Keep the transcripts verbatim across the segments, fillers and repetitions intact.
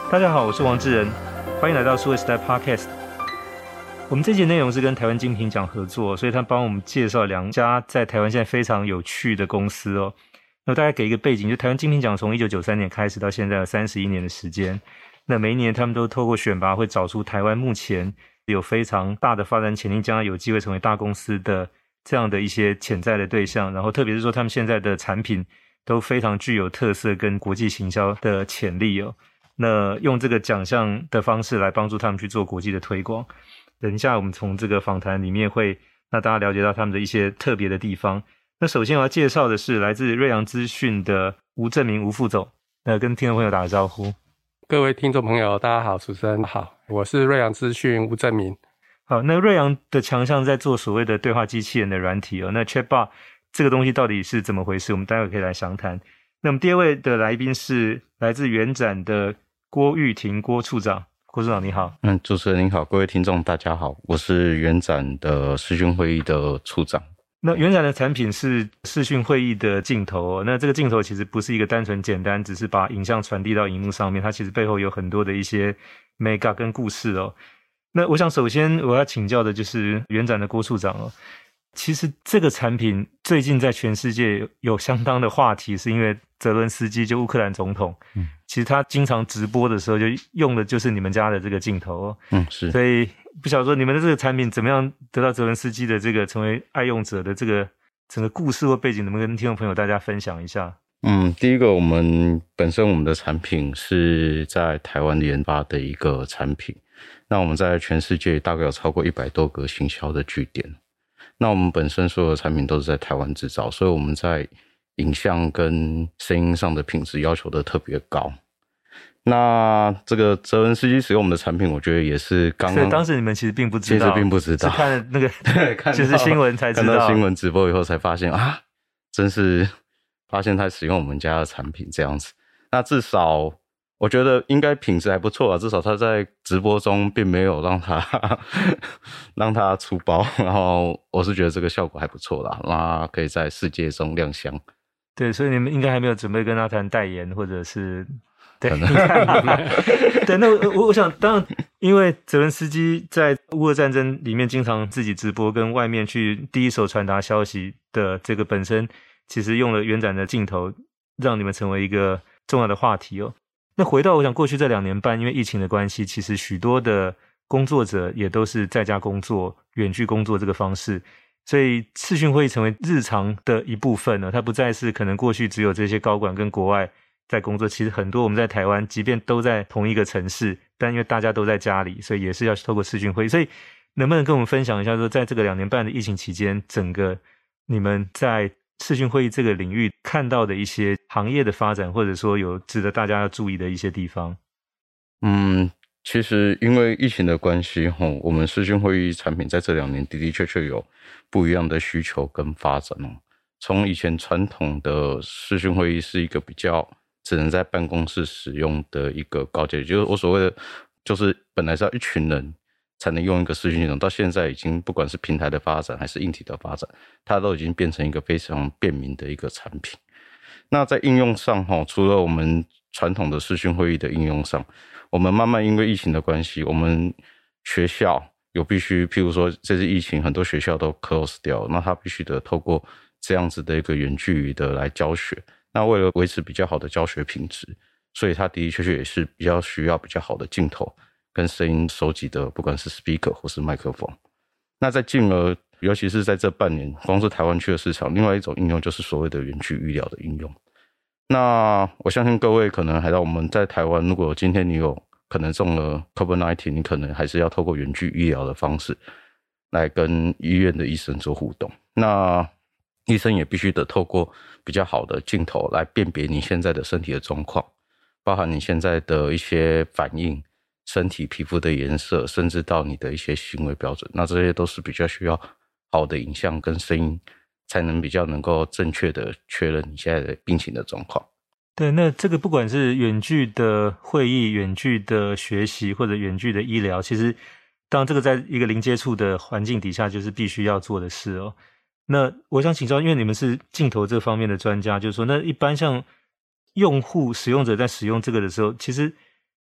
大家好，我是王志仁，欢迎来到数位时代 Podcast。 我们这集内容是跟台湾精品奖合作，所以他帮我们介绍两家在台湾现在非常有趣的公司哦。那大概给一个背景，就台湾精品奖从一九九三年开始到现在有三十一年的时间，那每一年他们都透过选拔会找出台湾目前有非常大的发展潜力，将来有机会成为大公司的这样的一些潜在的对象，然后特别是说他们现在的产品都非常具有特色跟国际行销的潜力哦。那用这个奖项的方式来帮助他们去做国际的推广。等一下我们从这个访谈里面会让大家了解到他们的一些特别的地方。那首先我要介绍的是来自瑞阳资讯的吴正明吴副总，那跟听众朋友打个招呼。 各位听众朋友大家好，主持人好，我是瑞阳资讯吴正明。 好，那瑞阳的强项在做所谓的对话机器人的软体哦。那 Chatbot 这个东西到底是怎么回事，我们待会可以来详谈。那么第二位的来宾是来自元展的郭玉婷郭处长。郭处长你好。 嗯，主持人您好，各位听众大家好，我是元展的视讯会议的处长。 那元展的产品是视讯会议的镜头哦，那这个镜头其实不是一个单纯简单只是把影像传递到荧幕上面，它其实背后有很多的一些 mega 跟故事哦。那我想首先我要请教的就是元展的郭处长哦。其实这个产品最近在全世界有相当的话题，是因为泽伦斯基就乌克兰总统，嗯，其实他经常直播的时候就用的就是你们家的这个镜头哦， 嗯，是。 所以不晓得说你们的这个产品怎么样得到泽伦斯基的这个成为爱用者的这个整个故事或背景，能不能跟听众朋友大家分享一下？ 嗯，第一个我们本身我们的产品是在台湾研发的一个产品，那我们在全世界大概有超过一百多个行销的据点。那我们本身所有的产品都是在台湾制造，所以我们在影像跟声音上的品质要求的特别高。那这个泽伦斯基使用我们的产品，我觉得也是刚刚， 所以当时你们其实并不知道， 其实并不知道， 是看了那个对，看到就是新闻才知道， 看到新闻直播以后才发现啊，真是发现他使用我们家的产品这样子。那至少我觉得应该品质还不错啊，至少他在直播中并没有让他让他出包，然后我是觉得这个效果还不错啦，让他可以在世界中亮相。 对，所以你们应该还没有准备跟他谈代言，或者是对，你看对，那我我想当然，因为泽伦斯基在乌俄战争里面经常自己直播，跟外面去第一手传达消息的这个本身，其实用了元展的镜头，让你们成为一个重要的话题哦。那回到我想过去这两年半，因为疫情的关系，其实许多的工作者也都是在家工作、远距工作这个方式，所以视讯会议成为日常的一部分了。它不再是可能过去只有这些高管跟国外在工作，其实很多我们在台湾，即便都在同一个城市，但因为大家都在家里，所以也是要透过视讯会议。所以能不能跟我们分享一下说，在这个两年半的疫情期间，整个你们在视讯会议这个领域看到的一些行业的发展，或者说有值得大家要注意的一些地方？ 嗯，其实因为疫情的关系，我们视讯会议产品在这两年的的确确有不一样的需求跟发展。从以前传统的视讯会议是一个比较只能在办公室使用的一个高阶，就是我所谓的就是本来是要一群人才能用一个视讯系统，到现在已经不管是平台的发展还是硬体的发展，它都已经变成一个非常便民的一个产品。那在应用上，除了我们传统的视讯会议的应用上，我们慢慢因为疫情的关系，我们学校有必须，譬如说这次疫情很多学校都 close 掉，那它必须得透过这样子的一个远距离的来教学。那为了维持比较好的教学品质，所以它的的确确也是比较需要比较好的镜头跟声音收集的，不管是 speaker 或是麦克风。那在进而尤其是在这半年，光是台湾区的市场，另外一种应用就是所谓的远距医疗的应用。那我相信各位可能还到我们在台湾，如果今天你有可能中了 COVID 十九， 你可能还是要透过远距医疗的方式来跟医院的医生做互动。那医生也必须得透过比较好的镜头来辨别你现在的身体的状况，包含你现在的一些反应、身体皮肤的颜色，甚至到你的一些行为标准。那这些都是比较需要好的影像跟声音，才能比较能够正确的确认你现在的病情的状况。 对，那这个不管是远距的会议、远距的学习或者远距的医疗，其实当然这个在一个零接触的环境底下就是必须要做的事哦。那我想请教，因为你们是镜头这方面的专家，就是说那一般像用户使用者在使用这个的时候，其实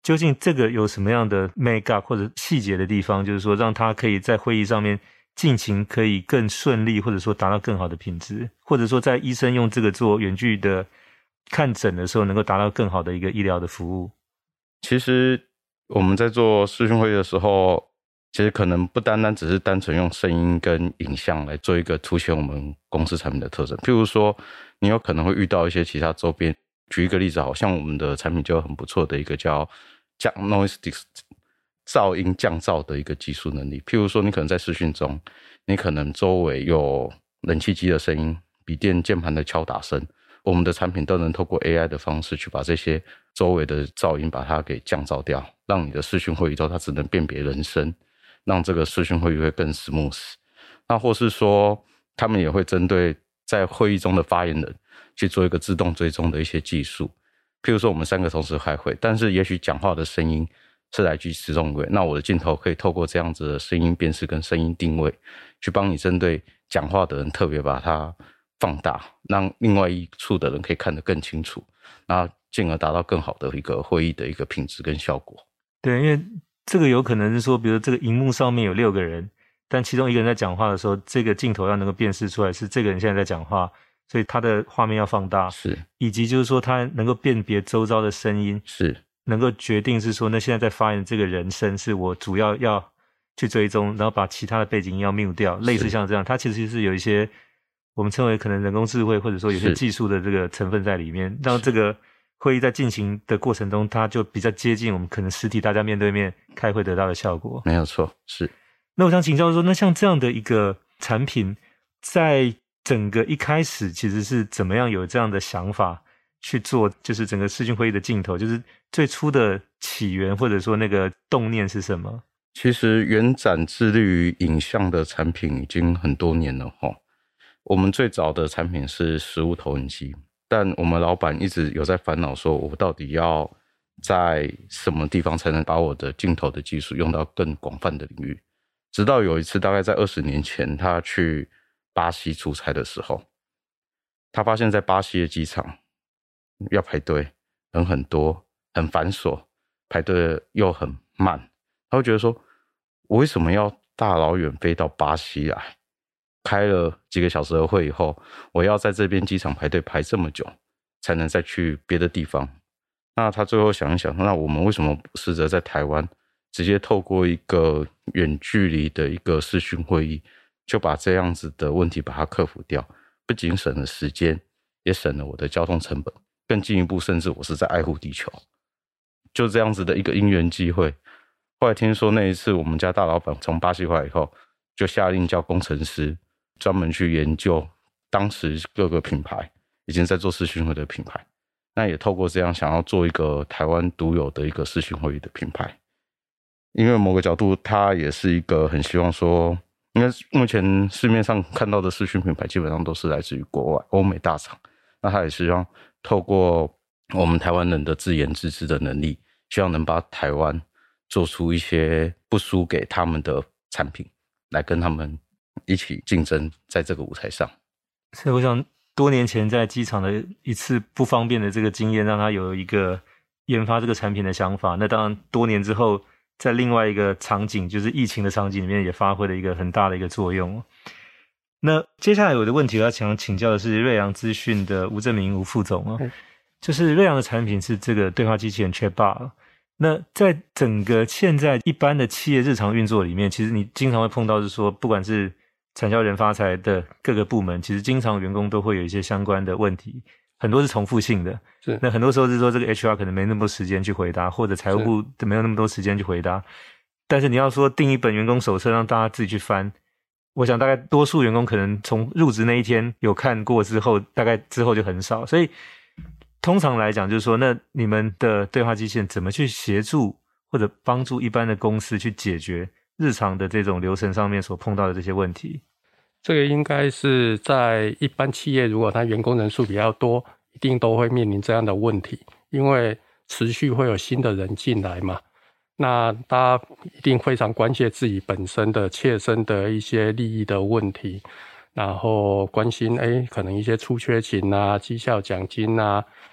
究竟这个有什么样的 make up 或者细节的地方，就是说让他可以在会议上面进行可以更顺利，或者说达到更好的品质，或者说在医生用这个做远距的看诊的时候能够达到更好的一个医疗的服务。 其实我们在做视讯会议的时候，其实可能不单单只是单纯用声音跟影像来做一个凸显我们公司产品的特征。譬如说你有可能会遇到一些其他周边，举一个例子，好像我们的产品就有很不错的一个叫降 noise dist 噪音降噪的一个技术能力。譬如说你可能在视讯中，你可能周围有冷气机的声音、笔电键盘的敲打声，我们的产品都能透过 A I 的方式去把这些周围的噪音把它给降噪掉，让你的视讯会议中它只能辨别人声，让这个视讯会议会更 smooth。 那或是说他们也会针对在会议中的发言人去做一个自动追踪的一些技术。譬如说我们三个同时开会，但是也许讲话的声音是来自其中一位，那我的镜头可以透过这样子的声音辨识跟声音定位，去帮你针对讲话的人特别把它放大，让另外一处的人可以看得更清楚，那进而达到更好的一个会议的一个品质跟效果。 对，因为这个有可能是说，比如这个荧幕上面有六个人，但其中一个人在讲话的时候，这个镜头要能够辨识出来是这个人现在在讲话，所以他的画面要放大， 是， 以及就是说他能够辨别周遭的声音， 是能够决定是说那现在在发言这个人声是我主要要去追踪，然后把其他的背景音要 mute 掉，类似像这样，它其实是有一些我们称为可能人工智慧或者说有些技术的这个成分在里面，让这个会议在进行的过程中，它就比较接近我们可能实体大家面对面开会得到的效果。 没有错，是。 那我想请教说，那像这样的一个产品，在整个一开始其实是怎么样有这样的想法去做，就是整个视讯会议的镜头，就是最初的起源或者说那个动念是什么？ 其实元展致力于影像的产品已经很多年了齁。我们最早的产品是实物投影机，但我们老板一直有在烦恼说，我到底要在什么地方才能把我的镜头的技术用到更广泛的领域。直到有一次大概在二十年前，他去巴西出差的时候，他发现在巴西的机场要排队，人很多，很繁琐，排队又很慢，他会觉得说，我为什么要大老远飞到巴西来，开了几个小时的会以后，我要在这边机场排队排这么久才能再去别的地方。那他最后想一想，那我们为什么不试着在台湾直接透过一个远距离的一个视讯会议，就把这样子的问题把它克服掉，不仅省了时间，也省了我的交通成本，更进一步甚至我是在爱护地球。就这样子的一个因缘机会，后来听说那一次我们家大老板从巴西回来以后，就下令叫工程师专门去研究当时各个品牌已经在做视讯会的品牌，那也透过这样想要做一个台湾独有的一个视讯会议的品牌。因为某个角度他也是一个很希望说，因为目前市面上看到的视讯品牌基本上都是来自于国外欧美大厂，那他也希望透过我们台湾人的自研自制的能力，希望能把台湾做出一些不输给他们的产品，来跟他们一起竞争在这个舞台上。 所以我想多年前在机场的一次不方便的这个经验，让他有一个研发这个产品的想法。那当然多年之后在另外一个场景，就是疫情的场景里面也发挥了一个很大的一个作用。那接下来我的问题我要想请教的是瑞阳资讯的吴正明吴副总啊，就是瑞阳的产品是这个对话机器人 Chatbot。那在整个现在一般的企业日常运作里面，其实你经常会碰到是说，不管是产销人发财的各个部门，其实经常员工都会有一些相关的问题，很多是重复性的。 是， 那很多时候是说这个 H R 可能没那么多时间去回答，或者财务部没有那么多时间去回答。但是你要说订一本员工手册让大家自己去翻，我想大概多数员工可能从入职那一天有看过之后，大概之后就很少。所以通常来讲就是说，那你们的对话机器人怎么去协助或者帮助一般的公司去解决日常的这种流程上面所碰到的这些问题？ 这个应该是在一般企业，如果他员工人数比较多，一定都会面临这样的问题，因为持续会有新的人进来嘛。那大家一定非常关切自己本身的切身的一些利益的问题，然后关心诶可能一些出缺勤啊、绩效奖金啊，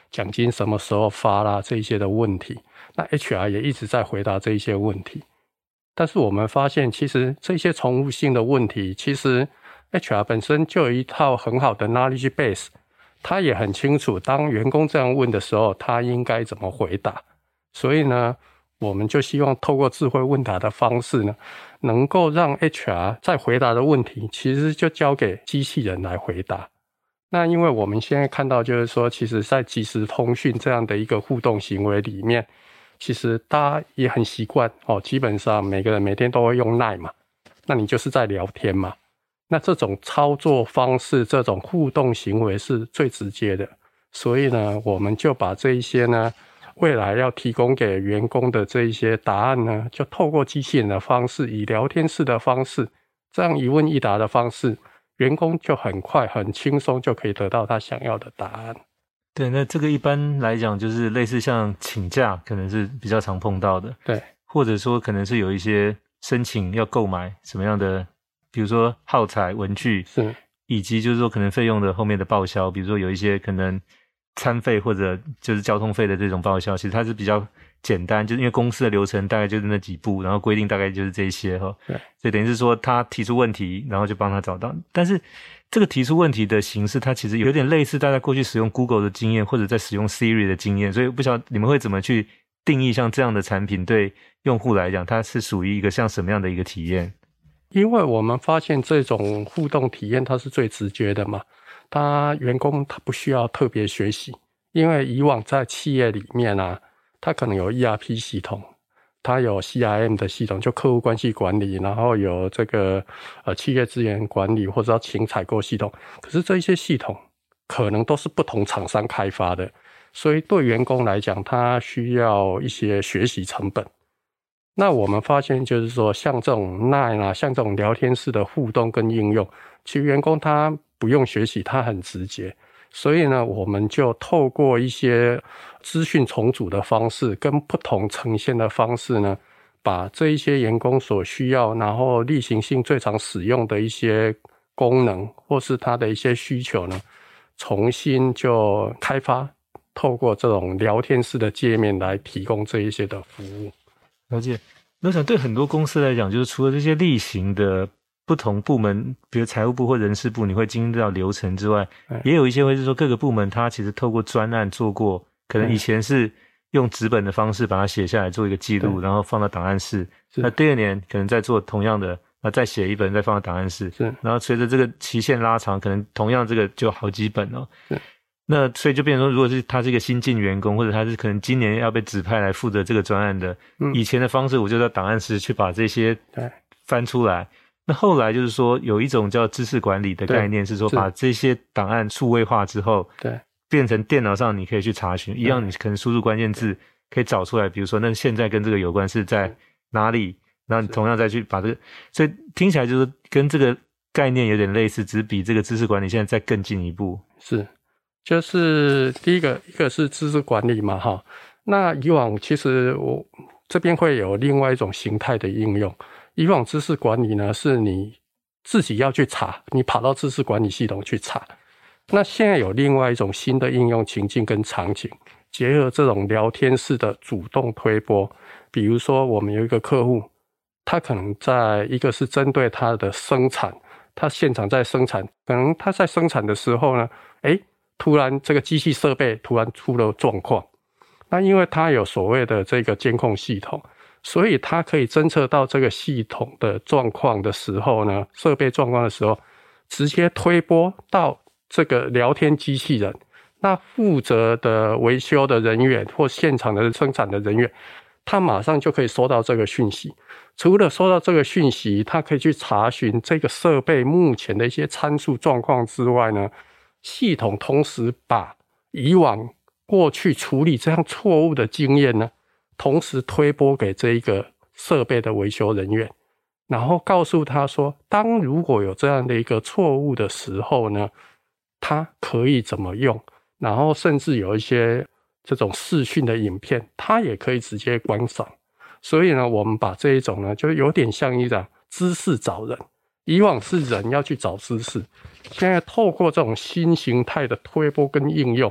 奖金什么时候发啦，这一些的问题。那 H R 也一直在回答这一些问题。但是我们发现，其实这些重复性的问题，其实 H R 本身就有一套很好的 knowledge base， 他也很清楚，当员工这样问的时候，他应该怎么回答。所以呢，我们就希望透过智慧问答的方式呢，能够让 H R 在回答的问题，其实就交给机器人来回答。那因为我们现在看到，就是说，其实在即时通讯这样的一个互动行为里面，其实大家也很习惯哦，基本上每个人每天都会用 LINE 嘛，那你就是在聊天嘛。那这种操作方式，这种互动行为是最直接的，所以呢，我们就把这一些呢，未来要提供给员工的这一些答案呢，就透过机器人的方式，以聊天式的方式，这样一问一答的方式，员工就很快很轻松就可以得到他想要的答案。 对，那这个一般来讲就是类似像请假可能是比较常碰到的， 对， 或者说可能是有一些申请要购买什么样的，比如说耗材文具， 是， 以及就是说可能费用的后面的报销，比如说有一些可能餐费或者就是交通费的这种报销，其实它是比较简单，就是因为公司的流程大概就是那几步，然后规定大概就是这些哈， 对， 所以等于是说他提出问题，然后就帮他找到。但是这个提出问题的形式，它其实有点类似大家过去使用 Google 的经验，或者在使用 Siri 的经验，所以不晓得你们会怎么去定义像这样的产品对用户来讲，它是属于一个像什么样的一个体验？ 因为我们发现这种互动体验它是最直觉的嘛，他员工他不需要特别学习，因为以往在企业里面啊，他可能有 E R P 系统，他有 C R M 的系统，就客户关系管理，然后有这个呃企业资源管理或者要请采购系统，可是这一些系统可能都是不同厂商开发的，所以对员工来讲，他需要一些学习成本。那我们发现就是说，像这种 LINE 啊，像这种聊天式的互动跟应用，其实员工他不用学习，他很直接。所以呢，我们就透过一些资讯重组的方式，跟不同呈现的方式呢，把这一些员工所需要，然后例行性最常使用的一些功能，或是他的一些需求呢，重新就开发，透过这种聊天式的界面来提供这一些的服务。 了解。我想对很多公司来讲，就是除了这些例行的不同部门，比如财务部或人事部，你会经历到流程之外，也有一些会是说各个部门它其实透过专案做过，可能以前是用纸本的方式把它写下来做一个记录，然后放到档案室。那第二年可能再做同样的，那再写一本再放到档案室。是，然后随着这个期限拉长，可能同样这个就好几本哦。是。那所以就变成说，如果是他是一个新进员工，或者他是可能今年要被指派来负责这个专案的，嗯，以前的方式我就在档案室去把这些翻出来。那后来就是说有一种叫知识管理的概念，是说把这些档案数位化之后，对，变成电脑上你可以去查询，一样你可能输入关键字可以找出来，比如说那现在跟这个有关是在哪里，然后你同样再去把这个，所以听起来就是跟这个概念有点类似，只比这个知识管理现在再更进一步。 是。就是第一个，一个是知识管理嘛，哈。那以往其实我这边会有另外一种形态的应用。以往知识管理呢，是你自己要去查，你跑到知识管理系统去查。那现在有另外一种新的应用情境跟场景，结合这种聊天式的主动推播。比如说，我们有一个客户，他可能在一个是针对他的生产，他现场在生产，可能他在生产的时候呢，诶突然这个机器设备突然出了状况，那因为它有所谓的这个监控系统，所以它可以侦测到这个系统的状况的时候呢，设备状况的时候，直接推播到这个聊天机器人，那负责的维修的人员或现场的生产的人员，他马上就可以收到这个讯息。除了收到这个讯息，他可以去查询这个设备目前的一些参数状况之外呢，系统同时把以往过去处理这样错误的经验呢，同时推播给这一个设备的维修人员，然后告诉他说，当如果有这样的一个错误的时候呢，他可以怎么用，然后甚至有一些这种视讯的影片，他也可以直接观赏。所以呢，我们把这一种呢，就有点像一种知识找人。以往是人要去找知识，现在透过这种新形态的推播跟应用，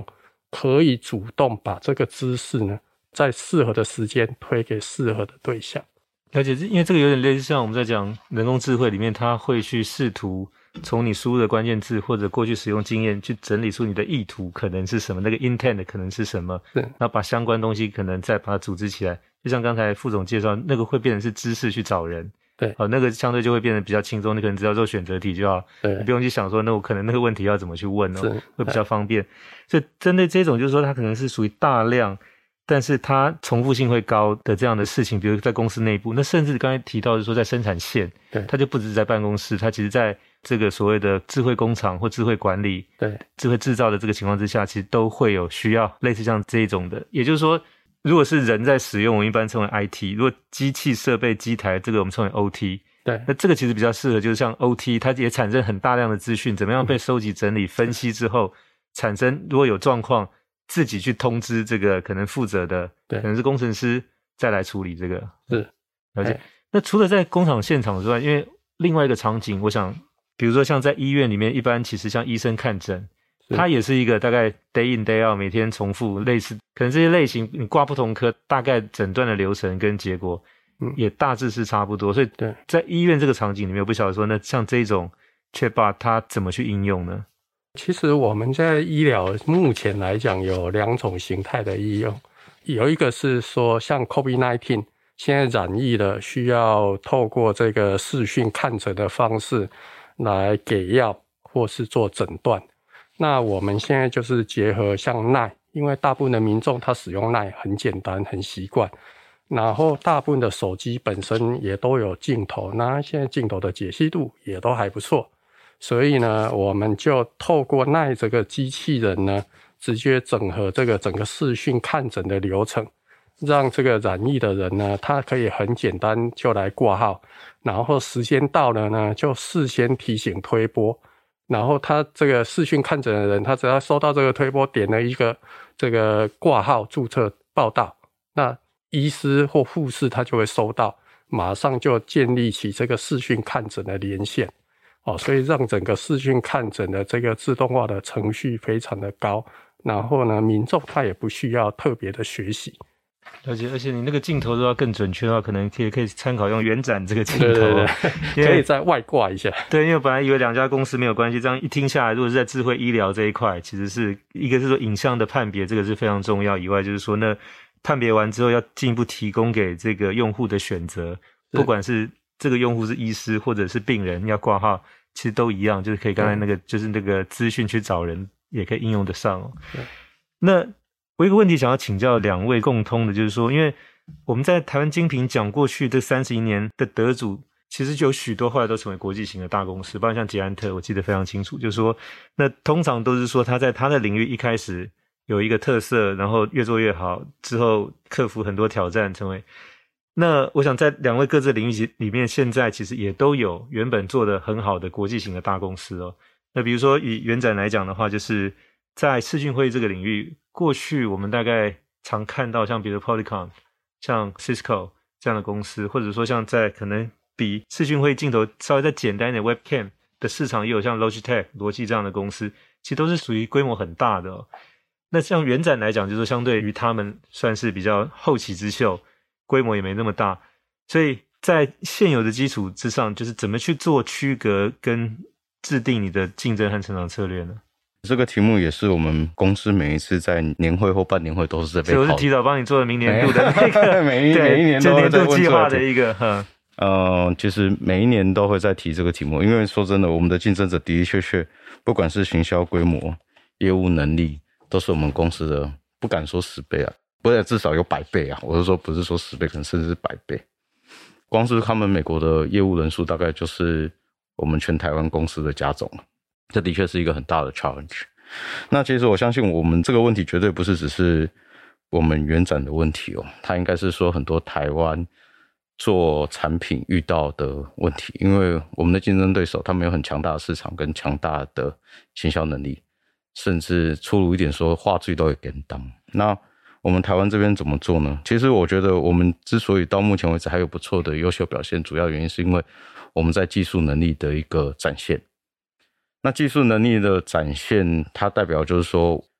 可以主动把这个知识呢，在适合的时间推给适合的对象。 了解，因为这个有点类似像我们在讲人工智慧里面，它会去试图从你输入的关键字或者过去使用经验去整理出你的意图可能是什么，那个 intent 可能是什么，然后把相关东西可能再把它组织起来。就像刚才副总介绍，那个会变成是知识去找人， 对， 好，那个相对就会变得比较轻松，你可能只要做选择题就好， 对， 你不用去想说那我可能那个问题要怎么去问哦，会比较方便。所以针对这种就是说它可能是属于大量但是它重复性会高的这样的事情，比如在公司内部，那甚至刚才提到的说在生产线， 对， 它就不只是在办公室，它其实在这个所谓的智慧工厂或智慧管理， 对， 智慧制造的这个情况之下，其实都会有需要类似像这一种的。也就是说，如果是人在使用，我们一般称为 I T， 如果机器设备机台，这个我们称为 O T， 对， 那这个其实比较适合就是像 O T， 它也产生很大量的资讯，怎么样被收集整理分析之后产生如果有状况自己去通知这个可能负责的， 对， 可能是工程师再来处理这个。 是， 了解。那除了在工厂现场之外，因为另外一个场景，我想，比如说像在医院里面，一般其实像医生看诊，它也是一个大概 day in day out 每天重复类似，可能这些类型你挂不同科，大概诊断的流程跟结果，嗯，也大致是差不多。所以在医院这个场景里面，我不晓得说，那像这种 chatbot 它怎么去应用呢？ 其实我们在医疗目前来讲有两种形态的应用，有一个是说像 COVID 十九 现在染疫了，需要透过这个视讯看诊的方式来给药或是做诊断。那我们现在就是结合像 Line， 因为大部分的民众他使用 Line 很简单很习惯，然后大部分的手机本身也都有镜头，那现在镜头的解析度也都还不错。所以呢，我们就透过 Line 这个机器人呢，直接整合这个整个视讯看诊的流程，让这个染疫的人呢，他可以很简单就来挂号，然后时间到了呢，就事先提醒推播，然后他这个视讯看诊的人，他只要收到这个推播，点了一个这个挂号注册报到，那医师或护士他就会收到，马上就建立起这个视讯看诊的连线。哦，所以让整个视讯看诊的这个自动化的程序非常的高，然后呢，民众他也不需要特别的学习。 了解，而且你那个镜头都要更准确的话，可能也可以参考用原展这个镜头， 对对对，可以再外挂一下。 对，因为本来以为两家公司没有关系，这样一听下来，如果是在智慧医疗这一块，其实是一个是说影像的判别，这个是非常重要以外，就是说那判别完之后要进一步提供给这个用户的选择，不管是这个用户是医师或者是病人要挂号，其实都一样，就是可以刚才那个就是那个资讯去找人也可以应用得上哦。那我有一个问题想要请教两位共通的，就是说因为我们在台湾精品讲过去这三十一年的得主，其实就有许多后来都成为国际型的大公司，包括像捷安特，我记得非常清楚，就是说那通常都是说他在他的领域一开始有一个特色，然后越做越好，之后克服很多挑战成为。那我想在两位各自的领域里面，现在其实也都有原本做得很好的国际型的大公司哦。那比如说以原展来讲的话，就是在视讯会议这个领域，过去我们大概常看到像比如 Polycom、像 Cisco 这样的公司，或者说像在可能比视讯会议镜头稍微再简单一点 Webcam 的市场，也有像 Logitech 罗技这样的公司，其实都是属于规模很大的哦。那像原展来讲，就是说相对于他们算是比较后起之秀，规模也没那么大，所以在现有的基础之上，就是怎么去做区隔跟制定你的竞争和成长策略呢？ 这个题目也是我们公司每一次在年会或半年会都是在被考。 所以我是提早帮你做了明年度的那个每一每一年都年度计划的一个哈。 呃，其实每一年都会在提这个题目，因为说真的，我们的竞争者的的确确，不管是行销规模、业务能力，都是我们公司的不敢说十倍啊。不是，至少有百倍啊！我是说，不是说十倍，可能甚至是百倍。光是他们美国的业务人数，大概就是我们全台湾公司的加总，这的确是一个很大的 challenge。那其实我相信，我们这个问题绝对不是只是我们原展的问题哦，它应该是说很多台湾做产品遇到的问题，因为我们的竞争对手他们有很强大的市场跟强大的行销能力，甚至粗鲁一点说，话剧都会跟当。那我们台湾这边怎么做呢？其实我觉得我们之所以到目前为止还有不错的优秀表现，主要原因是因为我们在技术能力的一个展现。那技术能力的展现，它代表就是说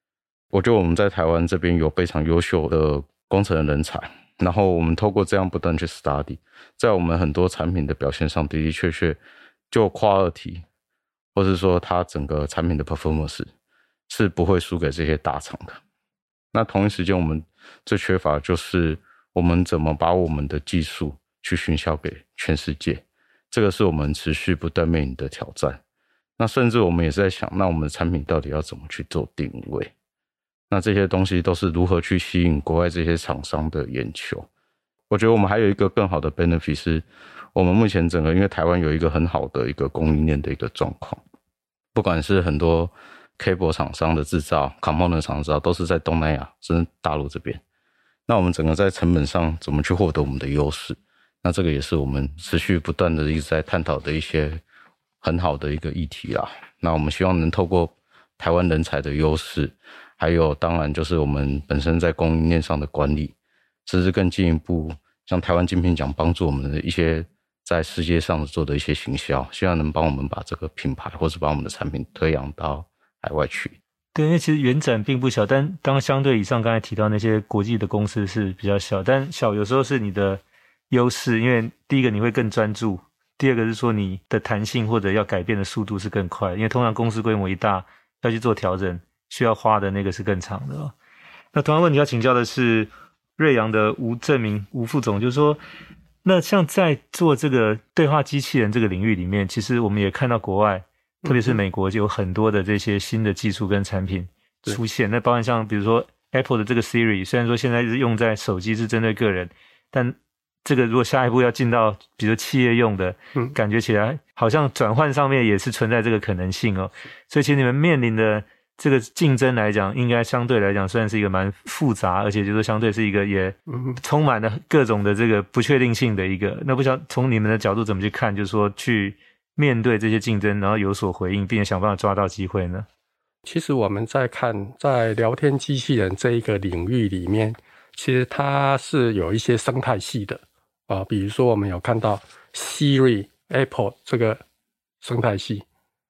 我觉得我们在台湾这边有非常优秀的工程的人才，然后我们透过这样不断去 study， 在我们很多产品的表现上的的确确就quality或是说它整个产品的 performance 是不会输给这些大厂的。那同一时间我们最缺乏的就是我们怎么把我们的技术去行销给全世界，这个是我们持续不断面临的挑战。那甚至我们也是在想，那我们的产品到底要怎么去做定位，那这些东西都是如何去吸引国外这些厂商的眼球。我觉得我们还有一个更好的 benefit 是，我们目前整个因为台湾有一个很好的一个供应链的一个状况，不管是很多 cable 厂商的制造 component 厂商制造都是在东南亚甚至大陆这边，那我们整个在成本上怎么去获得我们的优势，那这个也是我们持续不断的一直在探讨的一些很好的一个议题啦。那我们希望能透过台湾人才的优势，还有当然就是我们本身在供应链上的管理，甚至更进一步像台湾精品奖帮助我们的一些在世界上做的一些行销，希望能帮我们把这个品牌或是把我们的产品推扬到海外去。 对，因为其实原展并不小，但当相对以上刚才提到那些国际的公司是比较小，但小有时候是你的优势，因为第一个你会更专注，第二个是说你的弹性或者要改变的速度是更快，因为通常公司规模一大要去做调整，需要花的那个是更长的哦。那同样问题要请教的是瑞阳的吴正明吴副总，就是说那像在做这个对话机器人这个领域里面，其实我们也看到国外特别是美国就有很多的这些新的技术跟产品出现，那包含像比如说 Apple 的这个 Siri， 虽然说现在是用在手机是针对个人，但这个如果下一步要进到比如企业用的，嗯，感觉起来好像转换上面也是存在这个可能性哦。所以其实你们面临的这个竞争来讲，应该相对来讲算是一个蛮复杂，而且就是相对是一个也充满了各种的这个不确定性的一个。那不知道从你们的角度怎么去看，就是说去面对这些竞争，然后有所回应，并且想办法抓到机会呢？ 其实我们在看在聊天机器人这一个领域里面，其实它是有一些生态系的啊，比如说我们有看到 Siri、Apple 这个生态系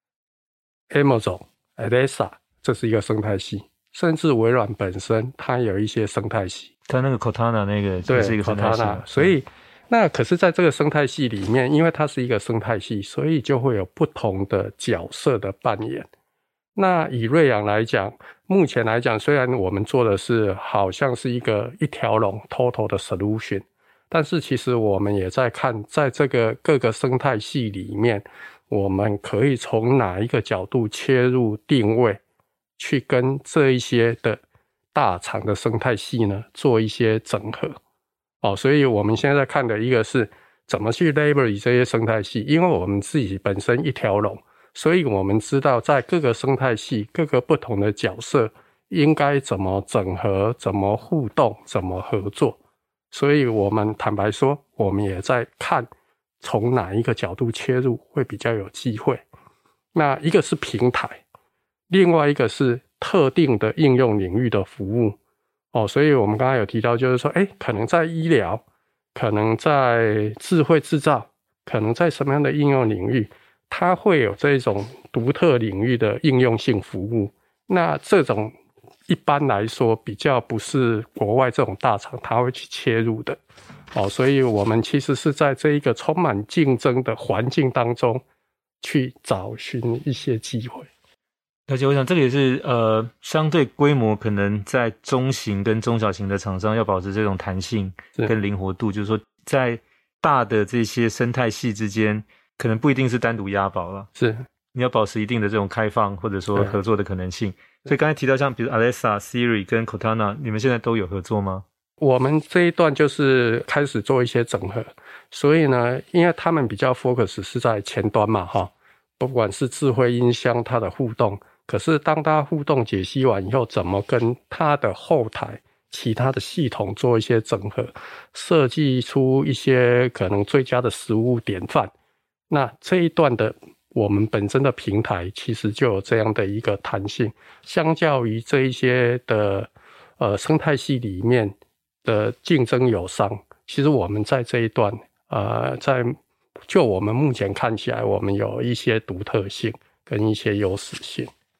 ，Amazon、Alexa 这是一个生态系，甚至微软本身它有一些生态系， 它那个 Cortana 那个就是一个生态系， 所以那可是在这个生态系里面，因为它是一个生态系，所以就会有不同的角色的扮演。那以瑞阳来讲，目前来讲，虽然我们做的是好像是一个一条龙 total 的 solution， 但是其实我们也在看，在这个各个生态系里面，我们可以从哪一个角度切入定位，去跟这一些的大厂的生态系呢做一些整合。哦，所以我们现在看的一个是怎么去 leverage 这些生态系，因为我们自己本身一条龙，所以我们知道在各个生态系各个不同的角色应该怎么整合，怎么互动，怎么合作。所以我们坦白说，我们也在看从哪一个角度切入会比较有机会。那一个是平台，另外一个是特定的应用领域的服务。哦，所以我们刚才有提到，就是说，诶，可能在医疗，可能在智慧制造，可能在什么样的应用领域，它会有这种独特领域的应用性服务。那这种一般来说比较不是国外这种大厂它会去切入的。哦，所以我们其实是在这一个充满竞争的环境当中去找寻一些机会。 而且我想这个也是呃，相对规模可能在中型跟中小型的厂商要保持这种弹性跟灵活度，就是说在大的这些生态系之间可能不一定是单独押宝了， 是你要保持一定的这种开放或者说合作的可能性。所以刚才提到像比如 Alexa、Siri 跟 Cortana， 你们现在都有合作吗？ 我们这一段就是开始做一些整合，所以呢，因为他们比较 focus 是在前端嘛，哈，不管是智慧音箱它的互动，可是当它互动解析完以后，怎么跟它的后台其他的系统做一些整合，设计出一些可能最佳的实务典范。那这一段的我们本身的平台其实就有这样的一个弹性，相较于这一些的呃生态系里面的竞争友商，其实我们在这一段呃在就我们目前看起来，我们有一些独特性跟一些优势性。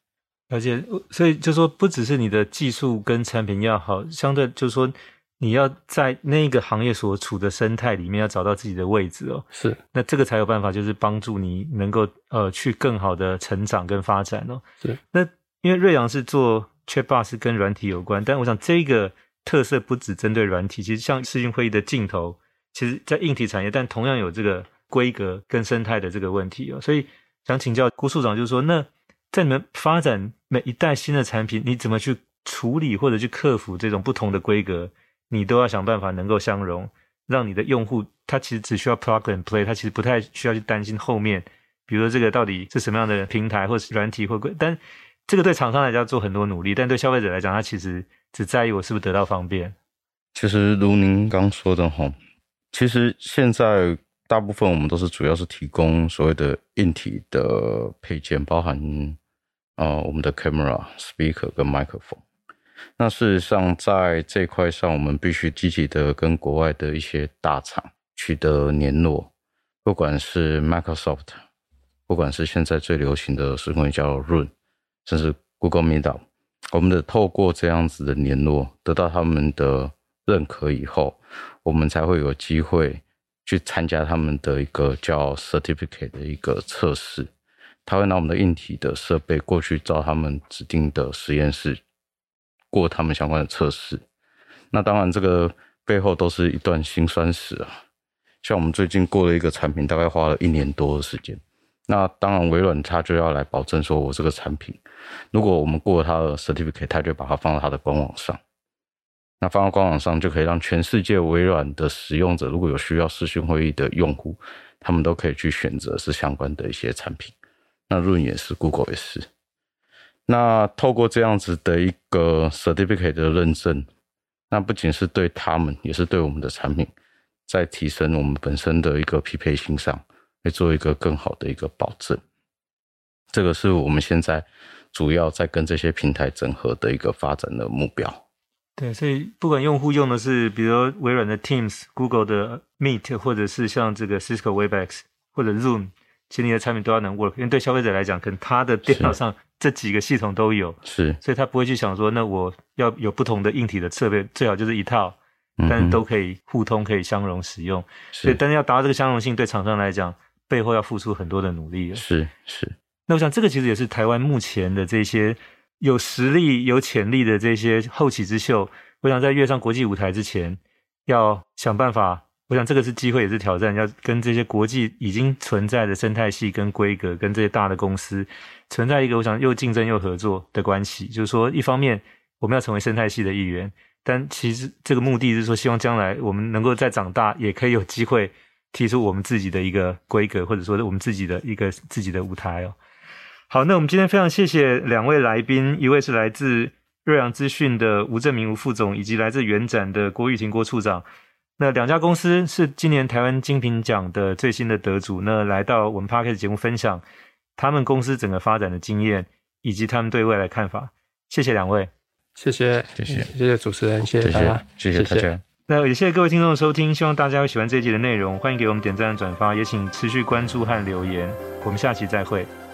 而且所以就说不只是你的技术跟产品要好，相对就是说你要在那个行业所处的生态里面要找到自己的位置哦， 是， 那这个才有办法就是帮助你能够呃去更好的成长跟发展哦。 是， 那因为瑞阳是做 Chatbot 是跟软体有关，但我想这个特色不只针对软体，其实像视讯会议的镜头，其实在硬体产业但同样有这个规格跟生态的这个问题哦，所以想请教郭处长，就是说那在你们发展每一代新的产品，你怎么去处理或者去克服这种不同的规格，你都要想办法能够相容，让你的用户他其实只需要 plug and play， 他其实不太需要去担心后面比如说这个到底是什么样的平台或是软体或但这个对厂商来讲做很多努力，但对消费者来讲他其实只在意我是不是得到方便。 其实如您刚说的齁，其实现在大部分我们都是主要是提供所谓的硬体的配件，包含呃我们的 camera、speaker 跟 microphone。那事实上在这一块上，我们必须积极的跟国外的一些大厂取得联络，不管是 Microsoft， 不管是现在最流行的视讯叫 Zoom， 甚至 Google Meetup， 我们的透过这样子的联络，得到他们的认可以后，我们才会有机会去参加他们的一个叫 Certificate 的一个测试。他会拿我们的硬体的设备过去照他们指定的实验室过他们相关的测试。那当然这个背后都是一段辛酸史啊，像我们最近过了一个产品大概花了一年多的时间，那当然微软它就要来保证说我这个产品如果我们过了它的 certificate， 它就把它放到它的官网上，那放到官网上就可以让全世界微软的使用者如果有需要视讯会议的用户，他们都可以去选择是相关的一些产品，那 Zoom 也是 Google 也是。那透过这样子的一个 certificate 的认证，那不仅是对他们也是对我们的产品在提升我们本身的一个匹配性上会做一个更好的一个保证。这个是我们现在主要在跟这些平台整合的一个发展的目标。 对，所以不管用户用的是比如说微软的 Teams、Google 的 Meet， 或者是像这个 Cisco Webex 或者 Zoom， 其实你的产品都要能 work， 因为对消费者来讲可能他的电脑上这几个系统都有， 是， 所以他不会去想说那我要有不同的硬体的设备，最好就是一套，但是都可以互通可以相容使用，所以但是要达到这个相容性，对厂商来讲背后要付出很多的努力。 是是。 那我想这个其实也是台湾目前的这些有实力有潜力的这些后起之秀，我想在跃上国际舞台之前要想办法，我想这个是机会也是挑战，要跟这些国际已经存在的生态系跟规格跟这些大的公司存在一个我想又竞争又合作的关系，就是说一方面我们要成为生态系的一员，但其实这个目的是说希望将来我们能够再长大也可以有机会提出我们自己的一个规格，或者说我们自己的一个自己的舞台哦。好，那我们今天非常谢谢两位来宾，一位是来自瑞阳资讯的吴正明吴副总，以及来自元展的郭玉婷郭处长。那两家公司是今年台湾精品奖的最新的得主，那来到我们 Podcast 节目分享他们公司整个发展的经验以及他们对未来的看法。谢谢两位。 谢谢谢谢谢谢主持人，谢谢大家， 谢谢大家。 那也谢谢各位听众的收听，希望大家会喜欢这一集的内容，欢迎给我们点赞转发，也请持续关注和留言，我们下期再会。